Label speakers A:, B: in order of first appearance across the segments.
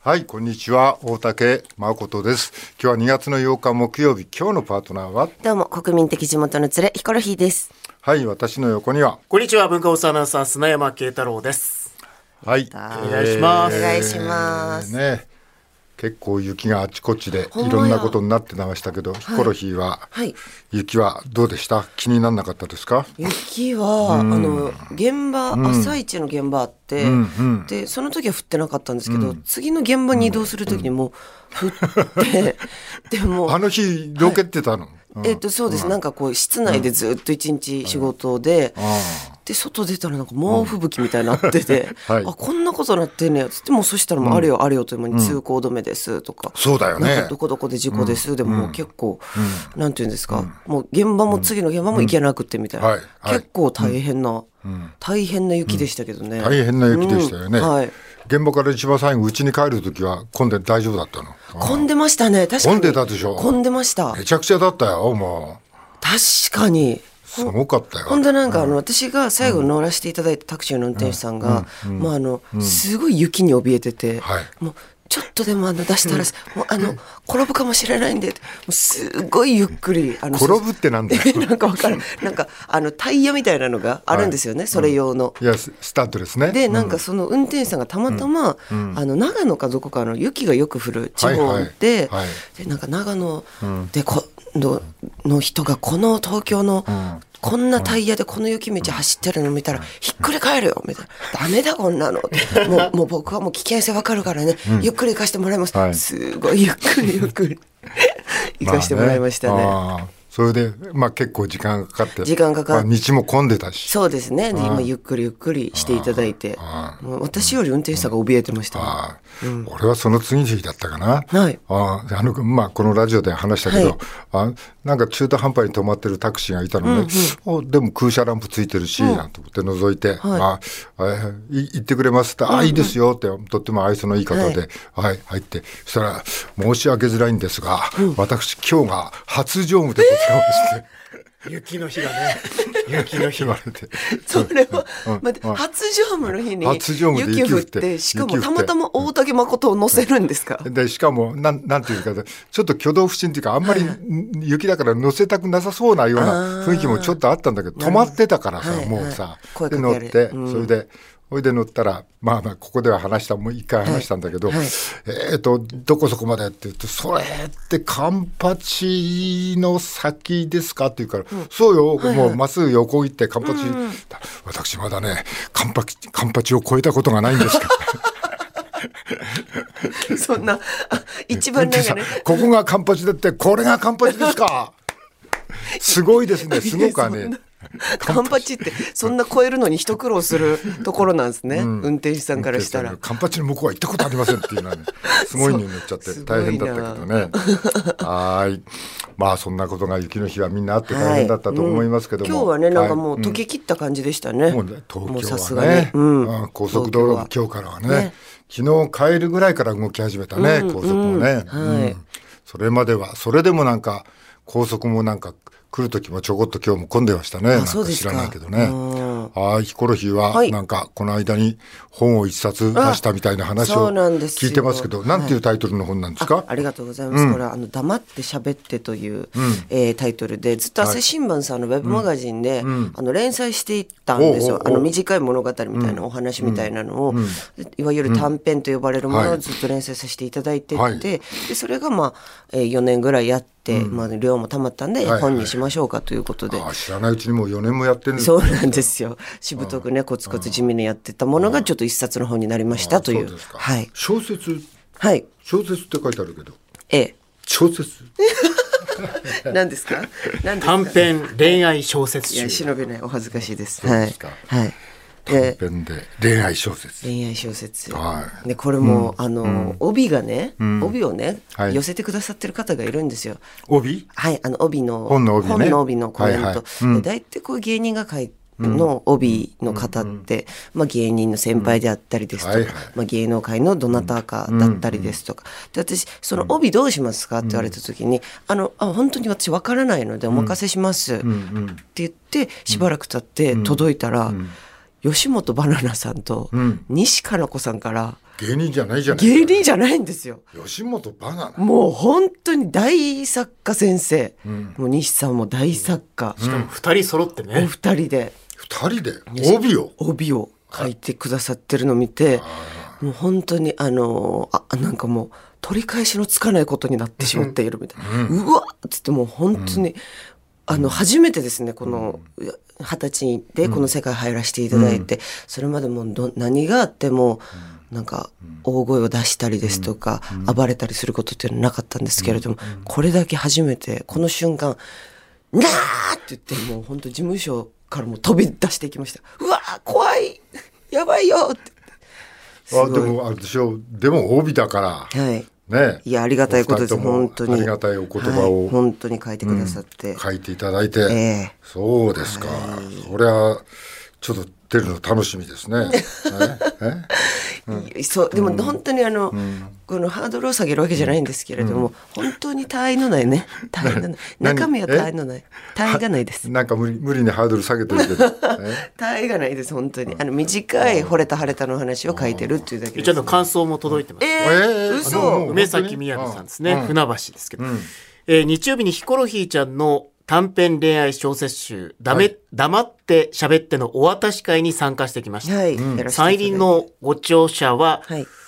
A: はい、こんにちは。大竹誠です。今日は2月の8日木曜日。今日のパートナーは
B: どうも、国民的地元の連れヒコロヒーです。
A: はい、私の横には
C: こんにちは、文化放送アナウンサー砂山慶太郎です。
A: はい、
C: お願いします。
B: お願いします。
A: ね、結構雪があちこちでいろんなことになってましたけど、ヒコロヒーは、
B: はい、
A: 雪はどうでした？気にならなかったですか？
B: 雪は、現場、朝一の現場あって、でその時は降ってなかったんですけど、次の現場に移動する時にもう降って、でも
A: あの日ロケってたの？
B: そうです、なんかこう室内でずっと一日仕事で、で外出たらなんか猛吹雪みたいになってて、
A: はい、
B: あ、こんなことなってんねやつって、もうそしたらもうあれよあれよという間に通行止めですとか、
A: そうだよね、
B: なんかどこどこで事故です、でももう結構、なんていうんですか、もう現場も次の現場も行けなくてみたいな、結構大変な、大変な雪でしたけどね。
A: 大変な雪でしたよね、
B: はい、
A: 現場から一番最後家に帰るときは混んで大丈夫だったの？
B: 混んでましたね。確かに
A: 混んでたでしょ。
B: 混んでました。
A: めちゃくちゃだったよ。もう
B: 確かに
A: すごかったよ。
B: ほんとなんか私が最後乗らせていただいたタクシーの運転手さんが、もうすごい雪に怯えてて、もうちょっとでも出したら、もう転ぶかもしれないんで、もうすごいゆっくり
A: 転ぶってなんだよ
B: なんかわかる、なんかタイヤみたいなのがあるんですよね、それ用の。
A: いやスタッドですね。
B: でなんかその運転手さんがたまたま、長野かどこかの雪がよく降る地方で、でなんか長野で今度の人がこの東京の、こんなタイヤでこの雪道走ってるの見たらひっくり返るよみたいな、ダメだこんなのもう僕はもう危険性わかるからね、ゆっくり行かしてもらいます、すごいゆっくり行かしてもらいましたね。
A: それで、結構時間がかかって、道も混んでたし。
B: そうですね。で今ゆっくりゆっくりしていただいて、もう私より運転手さんが怯えてました、ね。
A: 俺はその次の日だったかな。
B: はい、
A: このラジオで話したけど、なんか中途半端に止まってるタクシーがいたのね、でも空車ランプついてるし、なんて思って覗いて、行ってくれますって、いいですよって、とっても愛想のいい方で、入って、そしたら、申し訳づらいんですが、私今日が初乗務でございまして。
C: 雪の日がね、雪の日が
B: それは、初乗務の日に雪降って、しかもたまたま大竹誠を乗せるんですか？
A: でしかもなんていうか、ちょっと挙動不審というか、あんまり雪だから乗せたくなさそうなような雰囲気もちょっとあったんだけど、止まってたからさ、もうさ、で乗って、それで乗ったら、ここではもう一回話したんだけど、どこそこまでって言うと、それってカンパチの先ですかって言うから、そうよ、もうまっすぐ横行ってカンパチ、私まだね、カンパチを超えたことがないんですか
B: そんな、一番なんかね、
A: ここがカンパチだって、これがカンパチですかすごいですね、すごくはね。
B: カンパチってそんな超えるのに一苦労するところなんですね、運転手さんからしたら。
A: カンパチの向こうは行ったことありませんっていうのはね、すごいに乗っちゃって大変だったけどね。そんなことが雪の日はみんなあって大変だったと思いますけども、
B: 今日はね、なんかもう溶け切った感じでしたね。
A: もうね、東京はね、高速道路今日からはね、昨日帰るぐらいから動き始めたね、高速もね。それまではそれでもなんか高速もなんか来る時もちょこっと今日も混んでましたね。なんか知らないけどね。ヒコロヒーはなんかこの間に本を一冊出したみたいな話を聞いてますけど、なんていうタイトルの本なんですか？
B: ありがとうございます。これは黙って喋ってという、タイトルで、ずっと朝日新聞さんのウェブマガジンで、連載していったんですよ。短い物語みたいなお話みたいなのを、いわゆる短編と呼ばれるものをずっと連載させていただいてて、でそれが4年ぐらいやって、量もたまったんで本にしましょうかということで。
A: 知らないうちにもう4年もやってるんです
B: ね。そうなんですよ。しぶとくね、コツコツ地味にやってたものがちょっと一冊の本になりましたという。
A: 小説？小説って書いてあるけど。小説
B: 何ですか？
C: 短編恋愛小説集。
B: いや、忍びない、お恥ずかしいです。
A: 短編で恋愛小説。
B: でこれも、帯がね、帯をね、寄せてくださってる方がいるんですよ。
A: 帯？
B: 帯の
A: 本の
B: 帯のコメント。大体こう芸人が書いての帯の方って、芸人の先輩であったりですとか、芸能界のどなたかだったりですとか、で私その帯どうしますかって言われた時に、本当に私分からないのでお任せしますって言って、しばらく経って届いたら、吉本ばななさんと西加奈子さんから
A: 芸人じゃないじゃない。
B: 芸人じゃないんですよ。
A: 吉本バナナ。
B: もう本当に大作家先生、もう西さんも大作家、
C: しかも2人揃ってね、
B: お二人で帯を書いてくださってるのを見て、もう本当になんかもう取り返しのつかないことになってしまっているみたいな、うわっつって、もう本当に、初めてですね、この20歳でこの世界入らせていただいて、それまでも何があってもなんか大声を出したりですとか、暴れたりすることっていうのはなかったんですけれども、これだけ初めてこの瞬間なーって言って、もう本当事務所からもう飛び出していきました。うわー怖いやばいよって。
A: でもあれでしょう、でも帯だから、
B: はい
A: ね、
B: いやありがたいことです。本当に
A: ありがたいお言葉を、
B: 本当に書いてくださって、
A: 書いていただいて、そうですか、それはちょっと出るの楽しみですね。
B: そうでも本当にこのハードルを下げるわけじゃないんですけれども、本当に他愛のないね、他愛のない中身は他愛のない、他愛がないです。
A: なんか無理にハードル下げてるけど
B: 他愛がないです。本当に短い惚れた晴れたの話を書いてるっていうだけです。
C: ちょっと感想も届いてます。
B: 嘘。
C: 梅崎みやびさんですね、船橋ですけど、日曜日にヒコロヒーちゃんの短編恋愛小説集黙って喋ってのお渡し会に参加してきました。再臨のご著者は、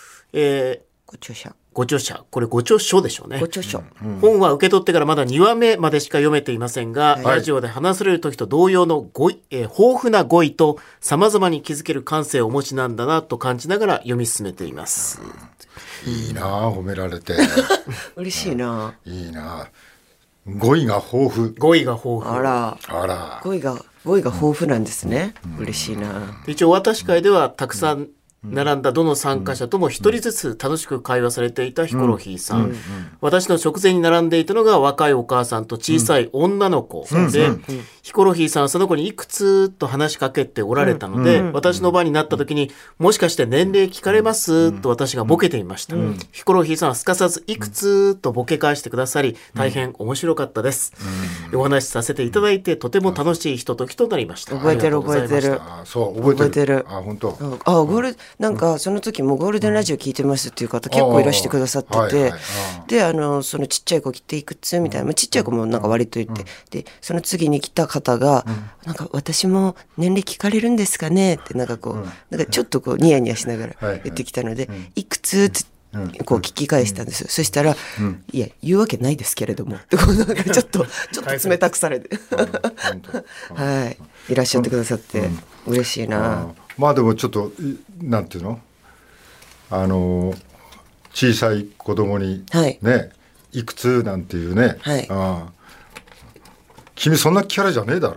C: ご著者、これご著書でしょうね。
B: ご著書。
C: 本は受け取ってからまだ2話目までしか読めていませんが、ラジオで話される時と同様の豊富な語彙と様々に気づける感性をお持ちなんだなと感じながら読み進めています。
A: いいなあ、褒められて
B: 嬉しいな。
A: いいなあ。語彙が豊富。
C: 語彙が豊富。
B: あら。語彙が豊富なんですね。嬉しいな。
C: 一応お渡し会ではたくさん並んだどの参加者とも一人ずつ楽しく会話されていたヒコロヒーさん、私の直前に並んでいたのが若いお母さんと小さい女の子で、ヒコロヒーさんはその子にいくつと話しかけておられたので、私の番になった時にもしかして年齢聞かれますと私がボケていました。ヒコロヒーさんはすかさずいくつとボケ返してくださり、大変面白かったです。お話しさせていただいてとても楽しいひとときとなりました。
B: 覚えてる。
A: そう覚えてる。本当。
B: なんかその時もゴールデンラジオ聞いてますっていう方結構いらしてくださってて、でそのちっちゃい子来ていくつみたいな、ちっちゃい子もなんか割と言って、でその次に来た方が、なんか私も年齢聞かれるんですかねってなんかこう、なんかちょっとこうニヤニヤしながら言ってきたので、いくつってこう聞き返したんですよ。そしたら、いや言うわけないですけれどもってこうなんかちょっと冷たくされていらっしゃってくださって嬉しいな。
A: まあでもちょっとなんていうの、小さい子供にね、いくつなんていうね、君そんなキャラじゃねえだろ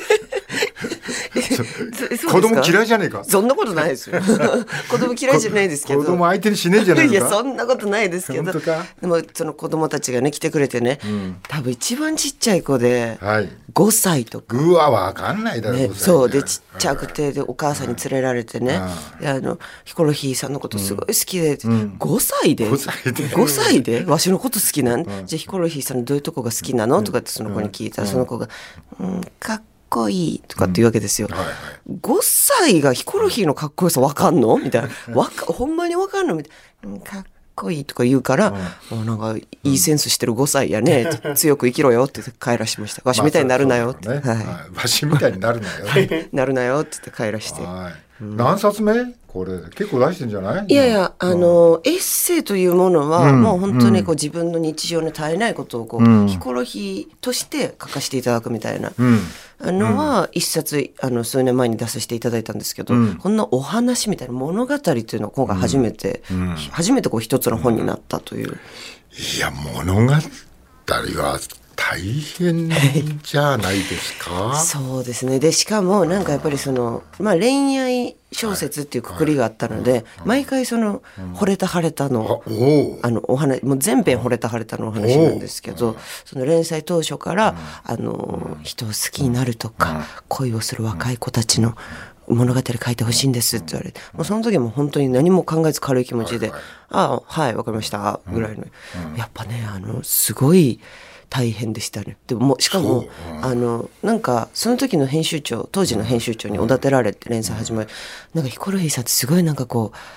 A: 子供嫌いじゃねえか。
B: そんなことないですよ子供嫌いじゃないですけど、
A: 子供相手にしねえじゃないですか。
B: いやそんなことないですけど、でもその子供たちがね来てくれてね、多分一番ちっちゃい子で5歳とか、
A: うわ分かんないだろ、
B: ね、そうでちっちゃくて、でお母さんに連れられてね、でヒコロヒーさんのことすごい好きで、5歳でわしのこと好きなん、じゃあヒコロヒーさんのどういうとこが好きなのとかってその子に聞いたら、その子がかっこいいとかって言うわけですよ。5歳がヒコロヒーのかっこよさ分かんのみたいな、ほんまに分かんのみたいな、かっこいいとか言うから、なんかいいセンスしてる5歳やね、強く生きろよって帰らしました。わしみたいになるなよって、
A: わしみたいになるなよ
B: なるなよって言って帰らして、
A: 何冊目これ結構出してんじゃない？
B: いやいや、エッセイというものは、もう本当にこう自分の日常に絶えないことをこう、ヒコロヒーとして書かせていただくみたいなのは一冊数年前に出させていただいたんですけど、こんなお話みたいな物語というのは今回初めてこう一つの本になったという。
A: いや物語は大変じゃないですか。
B: そうですね。でしかもなんかやっぱりその、恋愛小説っていうくくりがあったので、毎回その惚れた晴れたのお話、もう全編惚れた晴れたのお話なんですけど、その連載当初から人を好きになるとか、恋をする若い子たちの物語書いてほしいんですって言われて、もうその時も本当に何も考えず軽い気持ちで、はいわかりましたぐらいの、やっぱねすごい大変でしたね。でもしかもなんかその時の編集長、当時の編集長におだてられて連載始まる、なんかヒコロヒーさんってすごいなんかこう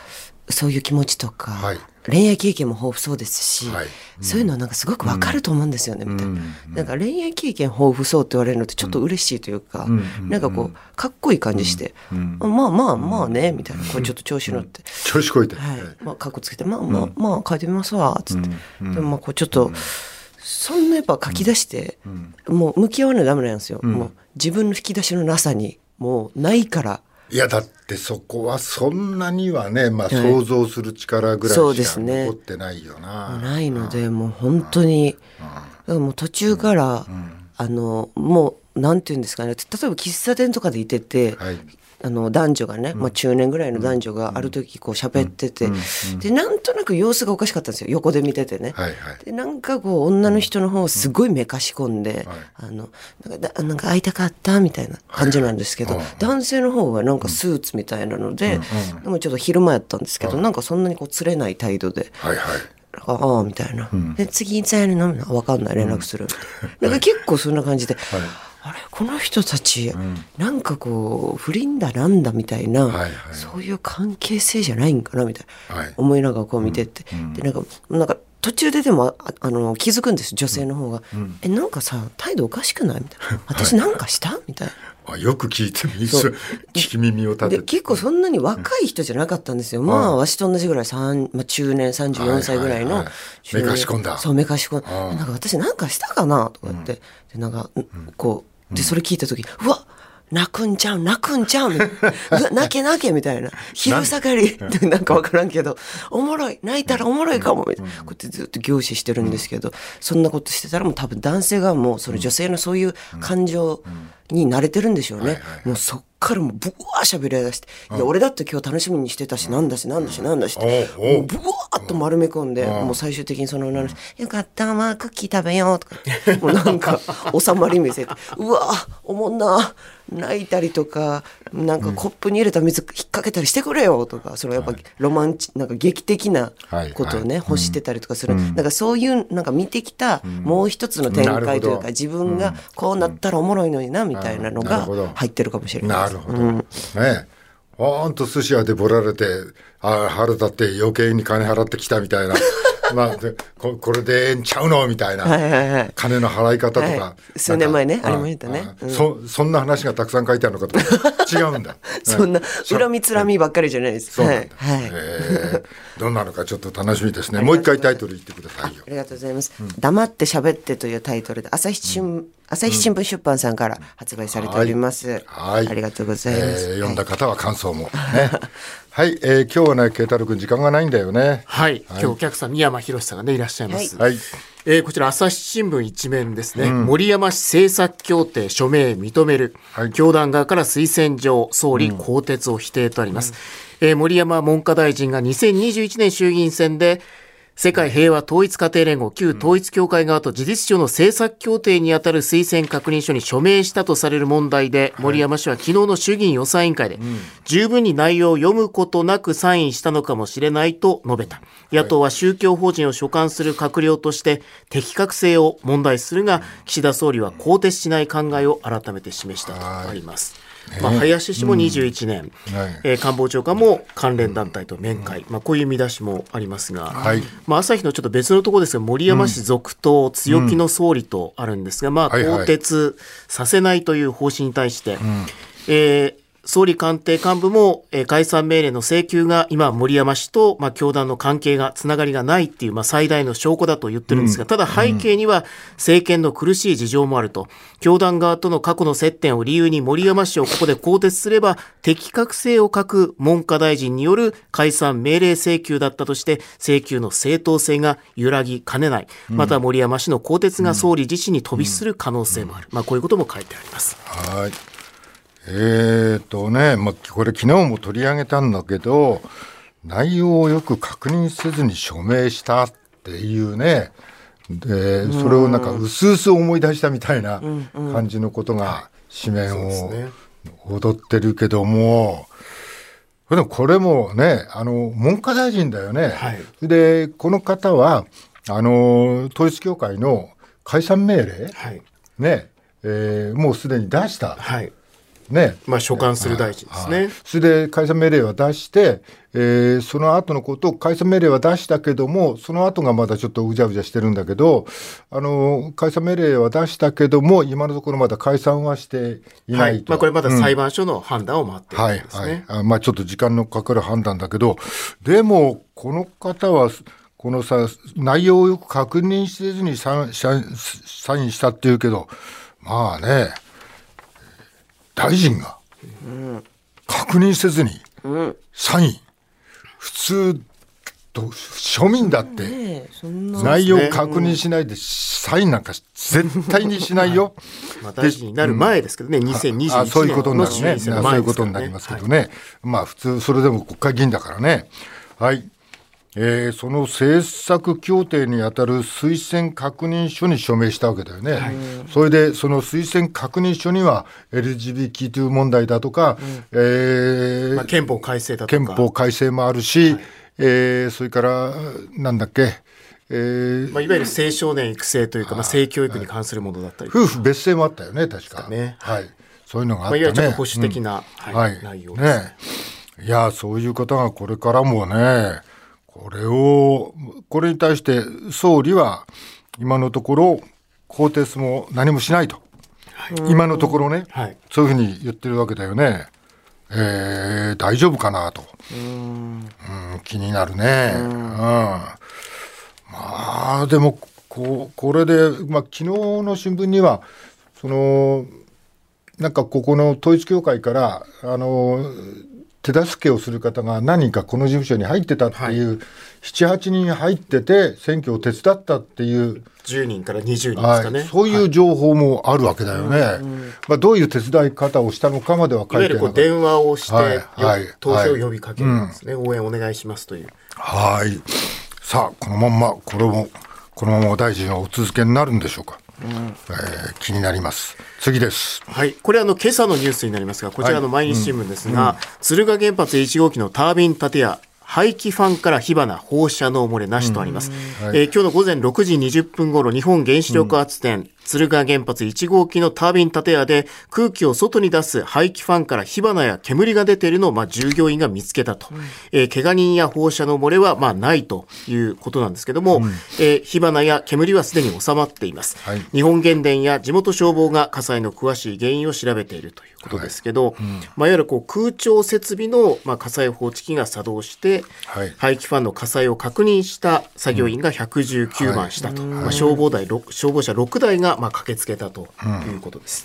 B: そういう気持ちとか、はい、恋愛経験も豊富そうですし、はい、そういうのはなんかすごくわかると思うんですよね、みたいな。なんか恋愛経験豊富そうって言われるのってちょっと嬉しいというか、なんかこうかっこいい感じして、まあまあまあねみたいな、これちょっと調子乗って、
A: 調子こいて、
B: はい、まあかっこつけて、まあまあまあ書いてみますわつって、でもまあこうちょっと、そんなやっぱ書き出して、もう向き合わないとダメなんですよ、もう自分の引き出しのなさにもうないから。
A: いやだってそこはそんなにはね、まあ、想像する力ぐらいしか残ってないよな、
B: ないので、もう本当に、もう途中から、もうなんていうんですかね、例えば喫茶店とかでいてて、はい、男女がね、まあ、中年ぐらいの男女がある時こう喋ってて、でなんとなく様子がおかしかったんですよ、横で見ててね、はいはい、でなんかこう女の人の方をすごいめかし込んで、なんか会いたかったみたいな感じなんですけど、男性の方はなんかスーツみたいなので、でもちょっと昼間やったんですけど、なんかそんなにこう釣れない態度で、はいはい、ああみたいな、で次いつやるの分かんない、連絡する、なんか結構そんな感じで、はい、あれこの人たち、なんかこう不倫だなんだみたいな、そういう関係性じゃないんかなみたいな、思いながらこう見てって、でなんか途中ででも気づくんです、女性の方が、なんかさ態度おかしくないみたいな、私なんかしたみたいな。
A: よく聞いてみる、聞き耳を立てて。
B: で結構そんなに若い人じゃなかったんですよ、まあわしと同じぐらい、中年34歳ぐらいの、
A: めかし込んだ、
B: そうめかし込んだ、なんか私なんかしたかなとか言って、でなんかこうでそれ聞いた時、うわ泣くんちゃう泣けみたいな、昼下がりってなんか分からんけど、おもろい、泣いたらおもろいかもみたいな、こうやってずっと凝視してるんですけど、そんなことしてたらもう多分男性がもうその女性のそういう感情に慣れてるんでしょうね、もうそっからもうブワー喋り出して、いや俺だって今日楽しみにしてたし、なんだしってもうブワーっと丸め込んで、もう最終的にその女の人、よかったまあクッキー食べようとかもうなんか収まり見せて、うわおもんな、泣いたりとか、なんかコップに入れた水引っ掛けたりしてくれよとか、それやっぱロマンチなんか劇的なことをね、欲してたりとかする、なんかそういうなんか見てきたもう一つの展開というか、自分がこうなったらおもろいのになみたいなのが入ってるかもしれないです。
A: なるほど、ね、ほんと寿司屋でぼられて腹立って余計に金払ってきたみたいなまあ、これでええんちゃうのみたいな、金の払い方とか、
B: 数年前ねありましたね、
A: そんな話がたくさん書いてあるのかと違うんだ
B: そんな恨みつらみばっかりじゃないです。
A: そうなんだ、どんなのかちょっと楽しみですね。もう一回タイトル言ってくださいよ。
B: ありがとうございます、黙って喋ってというタイトルで朝日新聞出版さんから発売されております、ありがとうございます、
A: 読んだ方は感想もねはい、今日はね慶太郎君時間がないんだよね。
C: はい、今日お客さん三山ひろしさんがねいらっしゃいます、こちら朝日新聞一面ですね、森山市政策協定署名認める、教団側から推薦状総理更迭を否定とあります、森山文科大臣が2021年衆議院選で世界平和統一家庭連合旧統一教会側と事実上の政策協定にあたる推薦確認書に署名したとされる問題で、森山氏は昨日の衆議院予算委員会で、十分に内容を読むことなくサインしたのかもしれないと述べた。野党は宗教法人を所管する閣僚として適格性を問題するが、岸田総理は更迭しない考えを改めて示したとあります。林氏も21年、官房長官も関連団体と面会、こういう見出しもありますが、朝日のちょっと別のところですが、森山氏続投強気の総理とあるんですが、更迭させないという方針に対して、総理官邸幹部も、解散命令の請求が今森山氏と、教団の関係がつながりがないっていう、最大の証拠だと言ってるんですが、ただ背景には政権の苦しい事情もあると、教団側との過去の接点を理由に森山氏をここで更迭すれば適格性を欠く文科大臣による解散命令請求だったとして、請求の正当性が揺らぎかねない、また森山氏の更迭が総理自身に飛び火する可能性もある、こういうことも書いてあります。
A: はい、これ昨日も取り上げたんだけど、内容をよく確認せずに署名したっていうね、でそれをなんか薄々思い出したみたいな感じのことが紙面を踊ってるけども、でもこれもね文科大臣だよね、でこの方は統一教会の解散命令、もうすでに出した、 ね、
C: 所管する大臣ですね。
A: それで解散命令は出して、その後のことを解散命令は出したけども、その後がまだちょっとうじゃうじゃしてるんだけど、解散命令は出したけども、今のところまだ解散はしていないと。
C: これまだ裁判所の判断を待っているんですね。
A: ちょっと時間のかかる判断だけど、でもこの方はこのさ、内容をよく確認せずにサインしたっていうけど、まあね、大臣が確認せずにサイン、普通庶民だって内容確認しないでサインなんか絶対にしないよ。
C: 大臣になる前ですけどね、2021年
A: そういうことになるね。
C: そう
A: いうことになりますけどね。普通それでも国会議員だからね。はい。その政策協定にあたる推薦確認書に署名したわけだよね。それでその推薦確認書には LGBTQ 問題だとか、
C: 憲法改正だとか、
A: 憲法改正もあるし、それからなんだっけ、
C: いわゆる青少年育成というか、性教育に関するものだったり、
A: 夫婦別姓もあったよね、確か。そういうのがあったね。
C: いわゆるちょっと保守的な、内容ですね。
A: いや、そういう方がこれからもね、これに対して総理は今のところ更迭も何もしないと、今のところね、そういうふうに言ってるわけだよね。大丈夫かなと、気になるね。でもこれで、昨日の新聞にはなんかここの統一教会から手助けをする方が何人かこの事務所に入ってたっていう、7、8人入ってて選挙を手伝ったっていう
C: 10人から20人ですかね、
A: そういう情報もあるわけだよね。どういう手伝い方をしたのかまでは書いてない。
C: いわゆる電話をして、投票を呼びかけるんですね、応援お願いしますという。
A: さあこのまま大臣はお続けになるんでしょうか。気になります。次です。
C: これ今朝のニュースになりますが、こちらの毎日新聞ですが、敦賀原発1号機のタービン建屋排気ファンから火花放射能漏れなしとあります。今日の午前6時20分ごろ、日本原子力発電敦賀原発1号機のタービン建屋で空気を外に出す排気ファンから火花や煙が出ているのを従業員が見つけたと。怪我人や放射能漏れはないということなんですけども、火花や煙はすでに収まっています。日本原電や地元消防が火災の詳しい原因を調べているということですけど、いわゆる空調設備の火災報知器が作動して、排気ファンの火災を確認した作業員が119番したと。消防車6台が駆けつけたということです。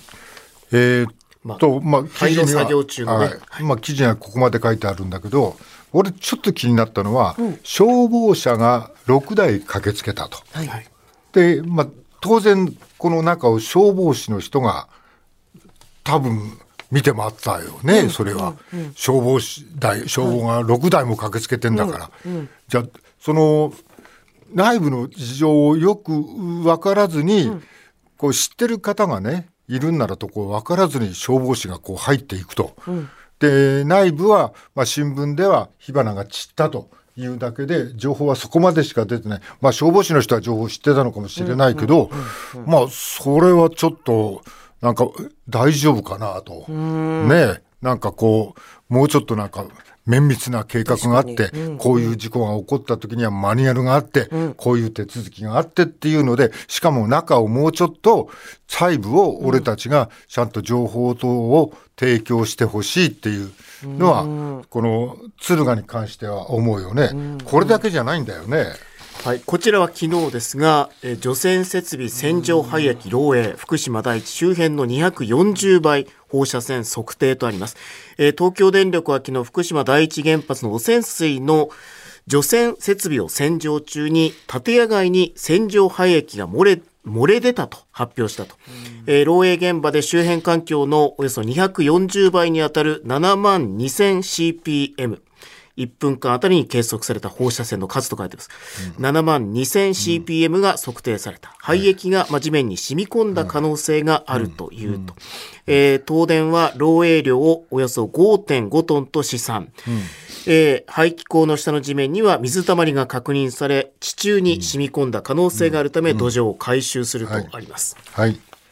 A: 記事に
C: 作業中のね、
A: 記事にはここまで書いてあるんだけど、俺ちょっと気になったのは、消防車が6台駆けつけたと。で、当然この中を消防士の人が多分見て回ったよね、それは。消防が6台も駆けつけてんだから。じゃあその内部の事情をよく分からずに、知ってる方がねいるんならと分からずに消防士が入っていくと、で内部は、新聞では火花が散ったというだけで情報はそこまでしか出てない。消防士の人は情報知ってたのかもしれないけど、それはちょっとなんか大丈夫かなとね。なんかもうちょっとなんか綿密な計画があって、こういう事故が起こった時にはマニュアルがあって、こういう手続きがあってっていうので、しかも中をもうちょっと細部を俺たちがちゃんと情報等を提供してほしいっていうのは、この敦賀に関しては思うよね。これだけじゃないんだよね。
C: こちらは昨日ですが、除染設備洗浄廃液漏洩福島第一周辺の240倍放射線測定とあります。東京電力は昨日福島第一原発の汚染水の除染設備を洗浄中に建屋外に洗浄廃液が漏れ出たと発表したと。漏洩現場で周辺環境のおよそ240倍にあたる7万 2000ppm、1分間あたりに計測された放射線の数と書いてます。7万 2000ppm が測定された。廃液が地面に染み込んだ可能性があるというと。東電は漏洩量をおよそ 5.5 トンと試算。排気口の下の地面には水たまりが確認され、地中に染み込んだ可能性があるため土壌を回収するとあります。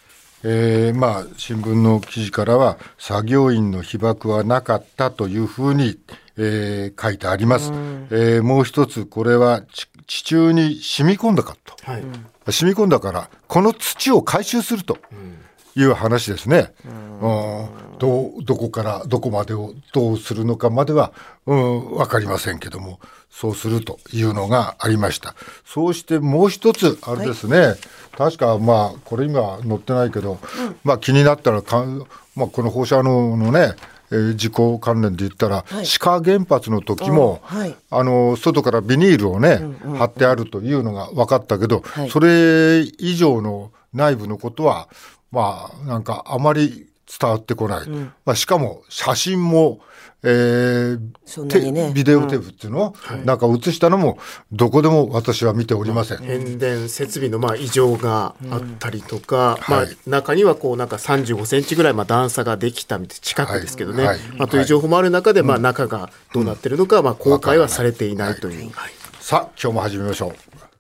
A: まあ、新聞の記事からは作業員の被爆はなかったというふうに、書いてあります。もう一つ、これは地中に染み込んだかと、はい、染み込んだからこの土を回収するという話ですね。どこからどこまでをどうするのかまでは分かりませんけども、そうするというのがありました。そうしてもう一つあれですね、はい、確かまあこれ今載ってないけど、まあ、気になったらまあ、この放射能のね事故関連で言ったら、はい、志賀原発の時も、はい、外からビニールをね、貼ってあるというのが分かったけど、はい、それ以上の内部のことはまあなんかあまり伝わってこない、まあ、しかも写真も、ビデオテープっていうのを、なんか写したのもどこでも私は見ておりません。
C: 変電設備のまあ異常があったりとか、まあ、中にはこうなんか35センチぐらいまあ段差ができたみたい近くですけどね、まあ、という情報もある中で、まあ、中がどうなってるのか、まあ、公開はされていないという、
A: さあ今日も始めましょう。